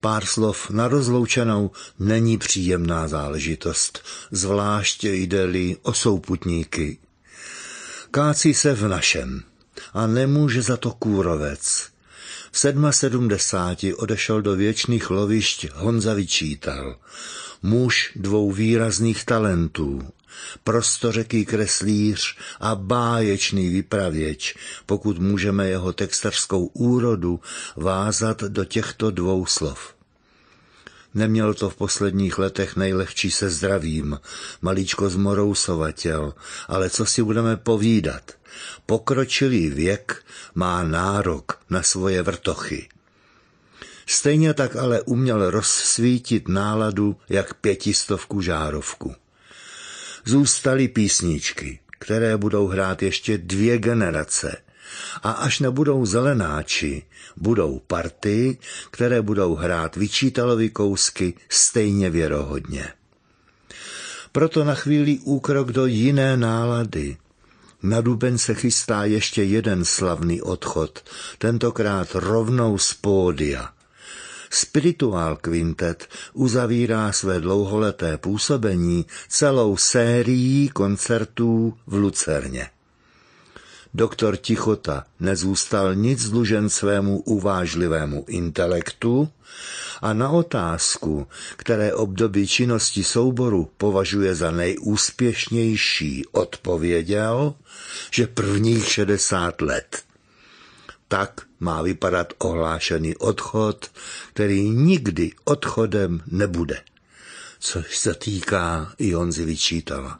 Pár slov na rozloučenou není příjemná záležitost, zvlášť jde-li o souputníky. Kácí se v našem a nemůže za to kůrovec. V 77 odešel do věčných lovišť Honza Vyčítal, muž dvou výrazných talentů, prostořeký kreslíř a báječný vypravěč, pokud můžeme jeho textařskou úrodu vázat do těchto dvou slov. Neměl to v posledních letech nejlehčí se zdravím, maličko zmorousovatěl, ale co si budeme povídat, pokročilý věk má nárok na svoje vrtochy. Stejně tak ale uměl rozsvítit náladu jak 500 žárovku. Zůstaly písničky, které budou hrát ještě 2 generace, a až nebudou zelenáči, budou party, které budou hrát Vyčítalovi kousky stejně věrohodně. Proto na chvíli úkrok do jiné nálady. Na duben se chystá ještě jeden slavný odchod, tentokrát rovnou z pódia. Spirituál Quintet uzavírá své dlouholeté působení celou sérií koncertů v Lucerně. Doktor Tichota nezůstal nic dlužen svému uvážlivému intelektu a na otázku, které období činnosti souboru považuje za nejúspěšnější, odpověděl, že prvních 60 let. Tak má vypadat ohlášený odchod, který nikdy odchodem nebude, což se týká i Honzy Vyčítala.